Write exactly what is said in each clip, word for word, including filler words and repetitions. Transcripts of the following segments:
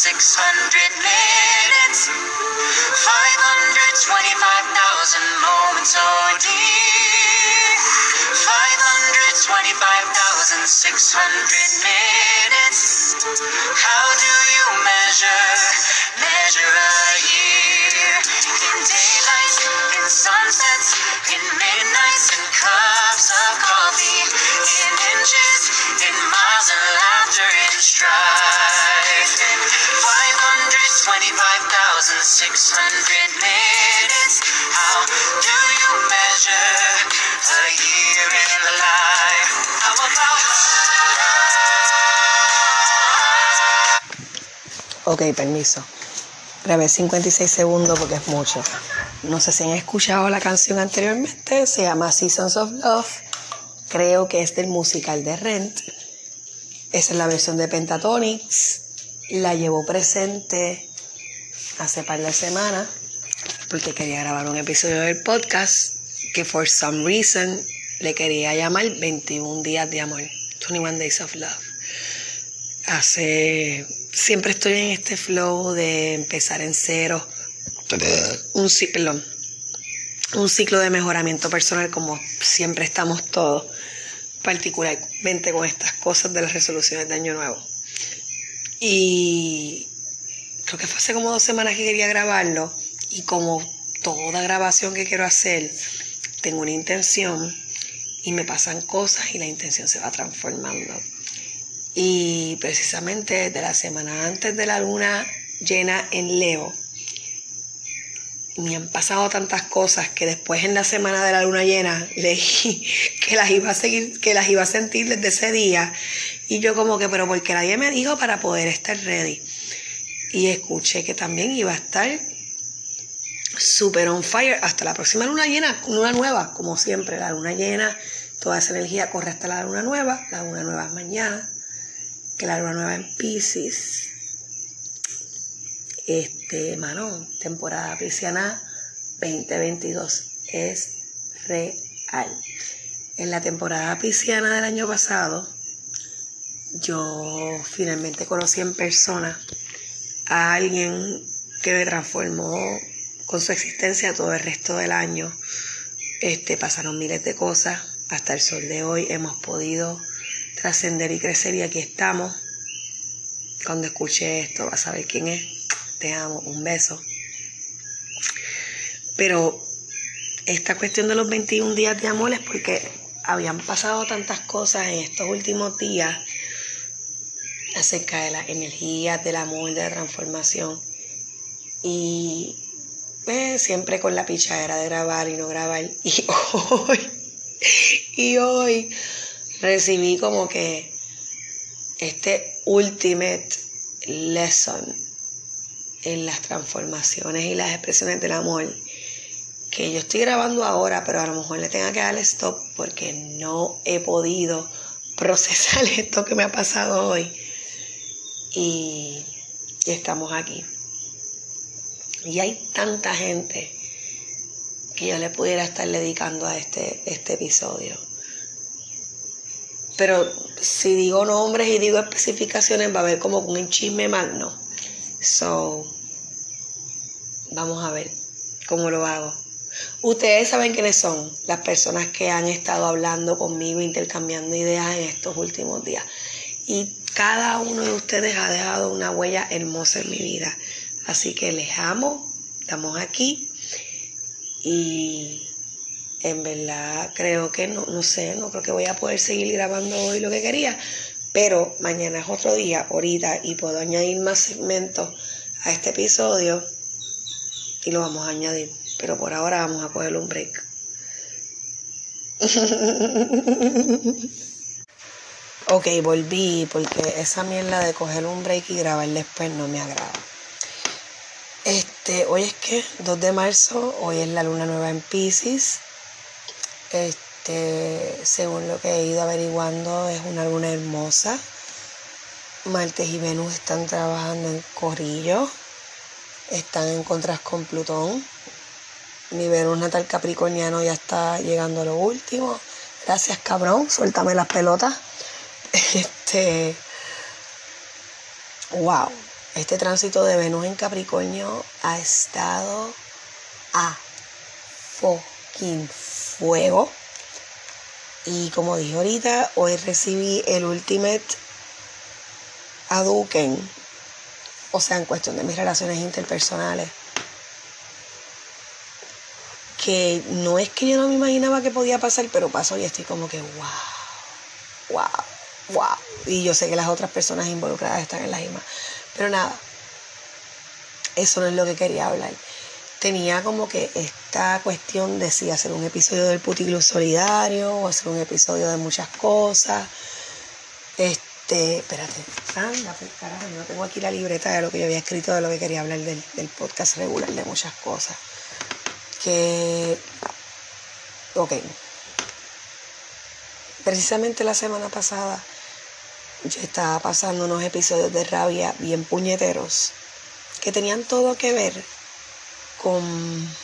six hundred minutes, five hundred twenty-five thousand moments, oh dear. five hundred twenty-five thousand six hundred minutes. How do you measure, measure a year? In daylight, in sunsets, in midnights, in cups of coffee, in inches, in miles and laughter, in strife. In five hundred twenty-five thousand six hundred minutes. How do you measure a year in a life? How about Ok, permiso. Grabé cincuenta y seis segundos porque es mucho. No sé si han escuchado la canción anteriormente. Se llama Seasons of Love. Creo que es del musical de Rent. Esa es la versión de Pentatonix. La llevo presente hace par de semanas porque quería grabar un episodio del podcast que for some reason le quería llamar veintiún días de amor. veintiuno Days of Love. Hace... Siempre estoy en este flow de empezar en cero. Un ciclo, un ciclo de mejoramiento personal, como siempre estamos todos, particularmente con estas cosas de las resoluciones de Año Nuevo. Y creo que fue hace como dos semanas que quería grabarlo, y como toda grabación que quiero hacer, tengo una intención y me pasan cosas y la intención se va transformando. Y precisamente de la semana antes de la luna llena en Leo, me han pasado tantas cosas que después en la semana de la luna llena leí que las iba a seguir, que las iba a sentir desde ese día. Y yo como que, pero porque nadie me dijo para poder estar ready. Y escuché que también iba a estar super on fire hasta la próxima luna llena, luna nueva, como siempre. La luna llena, toda esa energía corre hasta la luna nueva. La luna nueva es mañana, que la luna nueva en Piscis. Este, mano, temporada pisciana veinte veintidós es real. En la temporada pisciana del año pasado, yo finalmente conocí en persona a alguien que me transformó con su existencia todo el resto del año. Este, pasaron miles de cosas. Hasta el sol de hoy hemos podido trascender y crecer, y aquí estamos. Cuando escuche esto vas a saber quién es. Te amo, un beso. Pero esta cuestión de los veintiún días de amor es porque habían pasado tantas cosas en estos últimos días acerca de las energías, del amor, de la transformación. Y pues, siempre con la pichadera de grabar y no grabar. Y hoy, y hoy recibí como que este ultimate lesson en las transformaciones y las expresiones del amor, que yo estoy grabando ahora, pero a lo mejor le tenga que darle stop porque no he podido procesar esto que me ha pasado hoy. Y, y estamos aquí. Y hay tanta gente que yo le pudiera estar dedicando a este, este episodio. Pero si digo nombres y digo especificaciones, va a haber como un chisme magno. So, vamos a ver cómo lo hago. Ustedes saben quiénes son las personas que han estado hablando conmigo, intercambiando ideas en estos últimos días. Y cada uno de ustedes ha dejado una huella hermosa en mi vida. Así que les amo, estamos aquí. Y en verdad creo que no, no sé, no creo que voy a poder seguir grabando hoy lo que quería. Pero mañana es otro día, ahorita, y puedo añadir más segmentos a este episodio. Y lo vamos a añadir. Pero por ahora vamos a coger un break. Ok, volví porque esa mierda de coger un break y grabar después no me agrada. Este, hoy es que dos de marzo, hoy es la luna nueva en Piscis. Este, según lo que he ido averiguando, es una luna hermosa. Marte y Venus están trabajando en corillo. Están en contras con Plutón. Mi Venus natal capricorniano ya está llegando a lo último. Gracias, cabrón. Suéltame las pelotas. Este. Wow. Este tránsito de Venus en Capricornio ha estado a fucking fuego. Y como dije ahorita, hoy recibí el ultimate Hadouken. O sea, en cuestión de mis relaciones interpersonales. Que no es que yo no me imaginaba que podía pasar, pero pasó y estoy como que wow, wow, wow. Y yo sé que las otras personas involucradas están en la misma. Pero nada, eso no es lo que quería hablar. Tenía como que esta cuestión de si hacer un episodio del Puticlub Solidario o hacer un episodio de muchas cosas. Este, espérate, anda, pues carajo, yo no tengo aquí la libreta de lo que yo había escrito, de lo que quería hablar del, del podcast regular, de muchas cosas. Que, ok, precisamente la semana pasada yo estaba pasando unos episodios de rabia bien puñeteros que tenían todo que ver con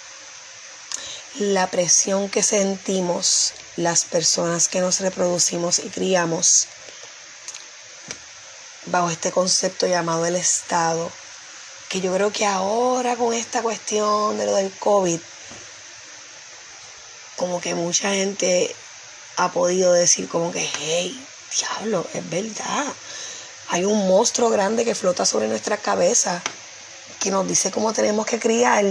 la presión que sentimos las personas que nos reproducimos y criamos bajo este concepto llamado el Estado, que yo creo que ahora con esta cuestión de lo del COVID, como que mucha gente ha podido decir como que, hey, diablo, es verdad, hay un monstruo grande que flota sobre nuestra cabeza, que nos dice cómo tenemos que criar,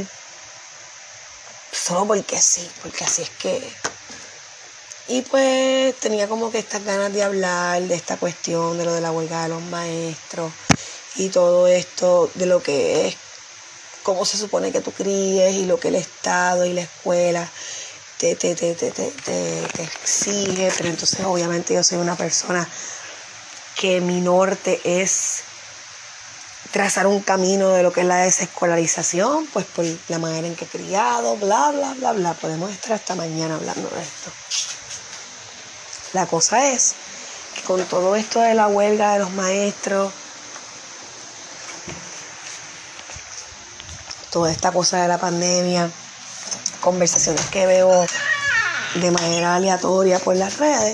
solo porque sí, porque así es que... Y pues tenía como que estas ganas de hablar de esta cuestión, de lo de la huelga de los maestros y todo esto, de lo que es, cómo se supone que tú críes y lo que el Estado y la escuela te, te, te, te, te, te, te exige. Pero entonces obviamente yo soy una persona que mi norte es trazar un camino de lo que es la desescolarización, pues por la manera en que he criado, bla, bla, bla, bla. Podemos estar hasta mañana hablando de esto. La cosa es que con todo esto de la huelga de los maestros, toda esta cosa de la pandemia, conversaciones que veo de manera aleatoria por las redes,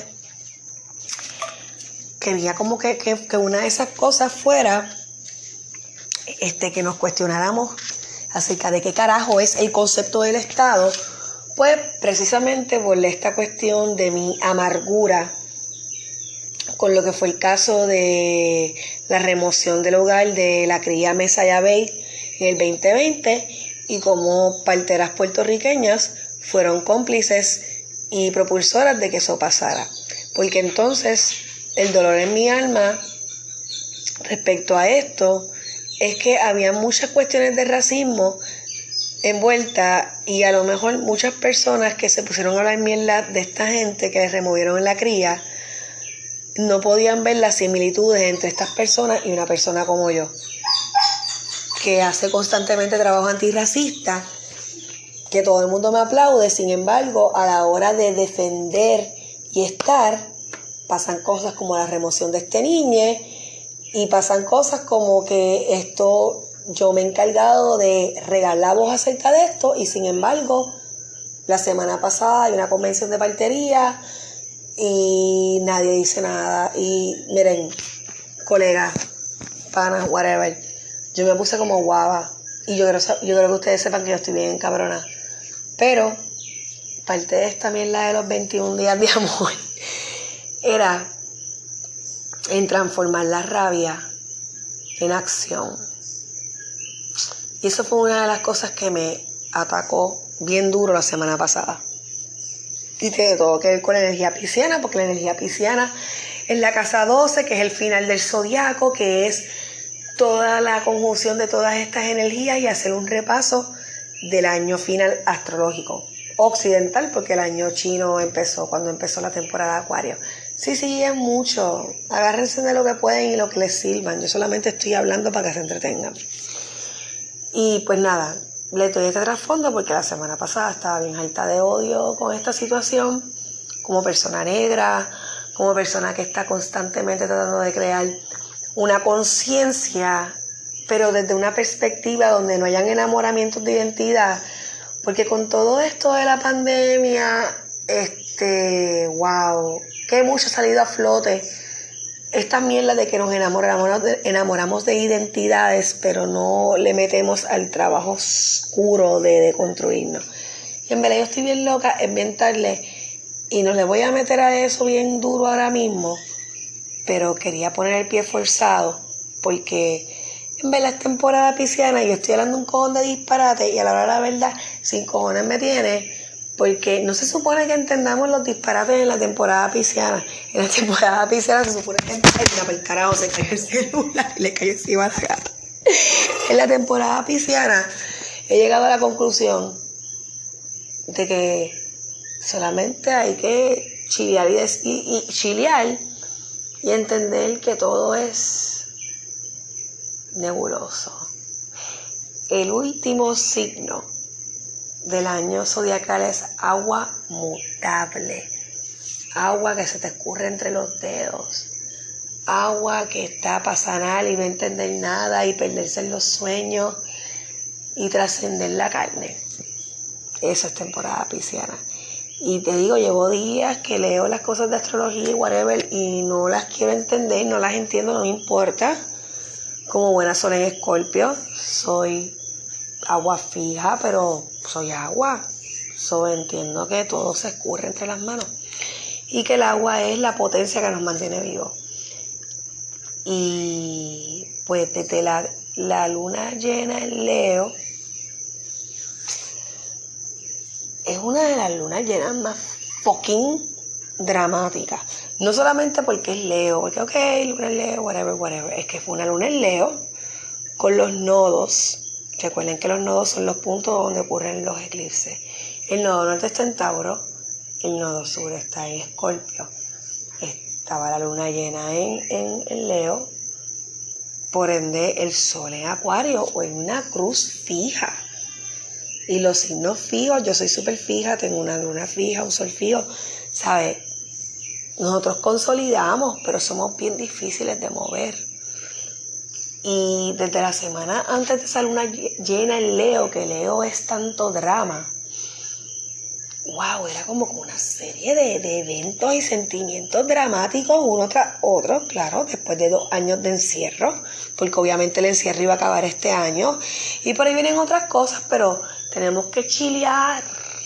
quería como que, que, que una de esas cosas fuera este, que nos cuestionáramos acerca de qué carajo es el concepto del Estado, pues precisamente por esta cuestión de mi amargura con lo que fue el caso de la remoción del hogar de la cría Messiah Bay en el veinte veinte y cómo parteras puertorriqueñas fueron cómplices y propulsoras de que eso pasara. Porque entonces el dolor en mi alma respecto a esto es que había muchas cuestiones de racismo envueltas y a lo mejor muchas personas que se pusieron a hablar mierda de esta gente que les removieron la cría no podían ver las similitudes entre estas personas y una persona como yo, que hace constantemente trabajo antirracista, que todo el mundo me aplaude. Sin embargo, a la hora de defender y estar, pasan cosas como la remoción de este niño y pasan cosas como que esto, yo me he encargado de regar la voz acerca de esto y sin embargo, la semana pasada hay una convención de partería y nadie dice nada. Y miren, colegas, panas, whatever, yo me puse como guava y yo creo, yo creo que ustedes sepan que yo estoy bien cabrona, pero parte de esta mierda de los veintiún días de amor era en transformar la rabia en acción. Y eso fue una de las cosas que me atacó bien duro la semana pasada. Y tiene todo que ver con la energía pisciana, porque la energía pisciana es la casa doce, que es el final del zodiaco, que es toda la conjunción de todas estas energías y hacer un repaso del año final astrológico occidental, porque el año chino empezó cuando empezó la temporada de Acuario. Sí, sí, es mucho. Agárrense de lo que pueden y lo que les sirvan. Yo solamente estoy hablando para que se entretengan. Y pues nada, le doy este trasfondo porque la semana pasada estaba bien alta de odio con esta situación, como persona negra, como persona que está constantemente tratando de crear una conciencia, pero desde una perspectiva donde no hayan enamoramientos de identidad, porque con todo esto de la pandemia, este, wow, que mucho ha salido a flote esta mierda de que nos enamoramos de, enamoramos de identidades, pero no le metemos al trabajo oscuro de, de construirnos. Y en verdad yo estoy bien loca en inventarle, y no le voy a meter a eso bien duro ahora mismo, pero quería poner el pie forzado, porque en verdad es temporada pisciana y yo estoy hablando un cojón de disparate, y a la hora de la verdad, sin cojones me tiene, porque no se supone que entendamos los disparates en la temporada pisciana. En la temporada pisciana se supone que entra el carajo, se cayó el celular y le cayó encima a la gata. En la temporada pisciana he llegado a la conclusión de que solamente hay que chilear y, y, y chilear y entender que todo es nebuloso. El último signo del año zodiacal es agua mutable, agua que se te escurre entre los dedos, agua que está para sanar y no entender nada y perderse en los sueños y trascender la carne. Eso es temporada pisciana. Y te digo, llevo días que leo las cosas de astrología y whatever y no las quiero entender, no las entiendo, no me importa. Como buena sol en Escorpio, soy agua fija, pero soy agua. So, entiendo que todo se escurre entre las manos y que el agua es la potencia que nos mantiene vivos. Y pues desde la, la luna llena en Leo, es una de las lunas llenas más fucking dramáticas. No solamente porque es Leo, porque ok, luna en Leo, whatever, whatever. Es que fue una luna en Leo con los nodos. Recuerden que los nodos son los puntos donde ocurren los eclipses. El nodo norte está en Tauro, el nodo sur está en Escorpio. Estaba la luna llena en, en, en Leo, por ende el sol en Acuario o en una cruz fija. Y los signos fijos, yo soy súper fija, tengo una luna fija, un sol fijo, ¿sabes? Nosotros consolidamos, pero somos bien difíciles de mover. Y desde la semana antes de esa luna llena en Leo, que Leo es tanto drama, wow, era como una serie de, de eventos y sentimientos dramáticos uno tras otro, claro, después de dos años de encierro, porque obviamente el encierro iba a acabar este año, y por ahí vienen otras cosas, pero tenemos que chilear.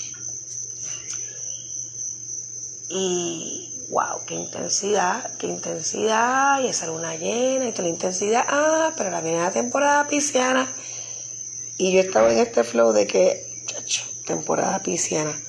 Y wow, qué intensidad, qué intensidad, y esa luna llena, y toda la intensidad, ah, pero la viene la temporada pisciana, y yo estaba en este flow de que, chacho, temporada pisciana,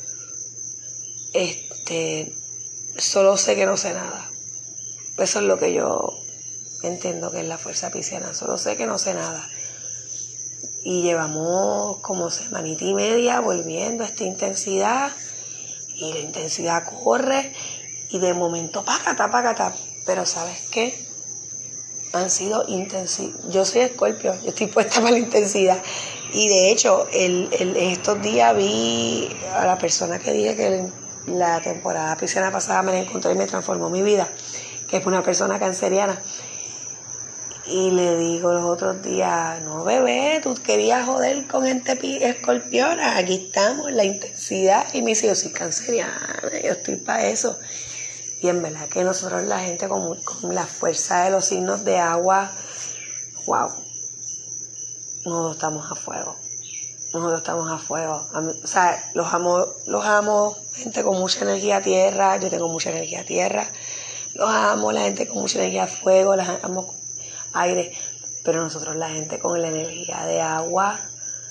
este, solo sé que no sé nada. Eso es lo que yo entiendo que es la fuerza pisciana, solo sé que no sé nada. Y llevamos como semanita y media volviendo a esta intensidad, y la intensidad corre, y de momento págata, págata. Pero ¿sabes qué? Han sido intensivos. Yo soy Escorpio, yo estoy puesta para la intensidad. Y de hecho, el, el, en estos días vi a la persona que dije que el, la temporada pisciana pasada me la encontré y me transformó mi vida, que es una persona canceriana. Y le digo los otros días, no bebé, tú querías joder con gente escorpiona, aquí estamos, la intensidad. Y me dice, yo soy canceriana, yo estoy para eso. Y en verdad que nosotros, la gente con, con la fuerza de los signos de agua, wow, nosotros estamos a fuego. Nosotros estamos a fuego. O sea, los amo, los amo, gente con mucha energía tierra, yo tengo mucha energía tierra. Los amo, la gente con mucha energía fuego, los amo aire, pero nosotros, la gente con la energía de agua,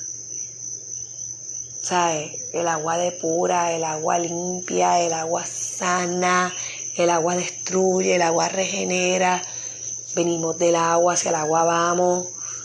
¿sabes? El agua depura, el agua limpia, el agua sana, el agua destruye, el agua regenera. Venimos del agua, hacia el agua vamos,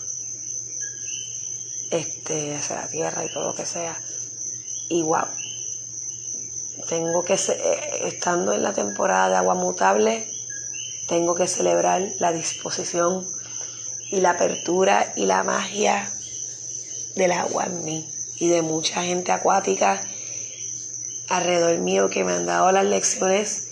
este, hacia la tierra y todo lo que sea. Y wow, tengo que, estando en la temporada de agua mutable, tengo que celebrar la disposición y la apertura y la magia del agua en mí y de mucha gente acuática alrededor mío que me han dado las lecciones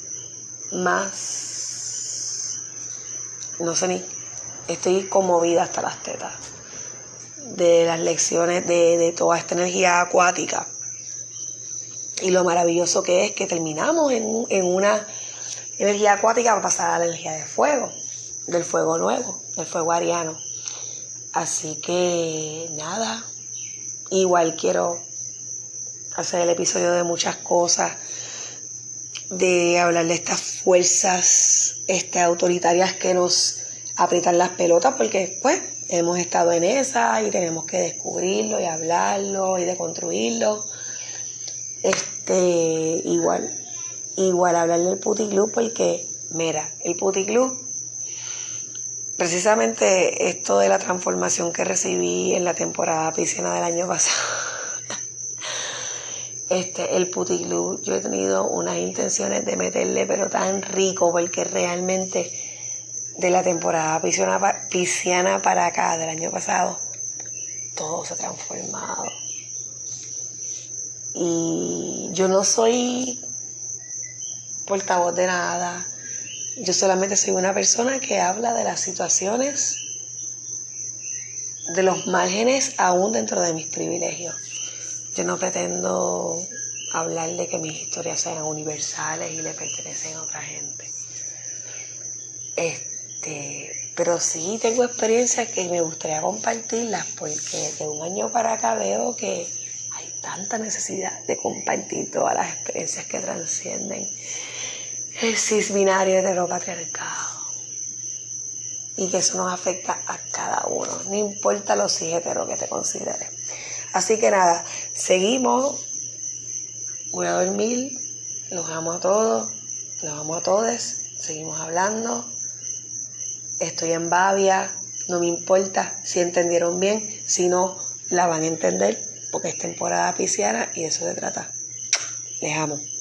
más, no sé ni, estoy conmovida hasta las tetas de las lecciones de, de toda esta energía acuática y lo maravilloso que es que terminamos en, en una energía acuática va a pasar a la energía de fuego, del fuego nuevo, del fuego ariano. Así que nada, igual quiero hacer el episodio de muchas cosas, de hablar de estas fuerzas este, autoritarias que nos aprietan las pelotas, porque pues hemos estado en esa y tenemos que descubrirlo y hablarlo y deconstruirlo. Este, igual, igual hablar del puticlub, porque mira, el puticlub, precisamente esto de la transformación que recibí en la temporada pisciana del año pasado, este, el puticlub, yo he tenido unas intenciones de meterle pero tan rico, porque realmente de la temporada pisciana, pisciana para acá del año pasado, todo se ha transformado. Y yo no soy portavoz de nada, yo solamente soy una persona que habla de las situaciones, de los márgenes aún dentro de mis privilegios. Yo no pretendo hablar de que mis historias sean universales y le pertenecen a otra gente. Este, pero sí tengo experiencias que me gustaría compartirlas, porque de un año para acá veo que hay tanta necesidad de compartir todas las experiencias que trascienden el cisbinario heteropatriarcado, y que eso nos afecta a cada uno, no importa lo cis hetero que te consideres. Así que nada, seguimos, voy a dormir, los amo a todos, los amo a todos, seguimos hablando, estoy en Babia, no me importa si entendieron bien, si no, la van a entender, porque es temporada pisciana y de eso se trata. Les amo.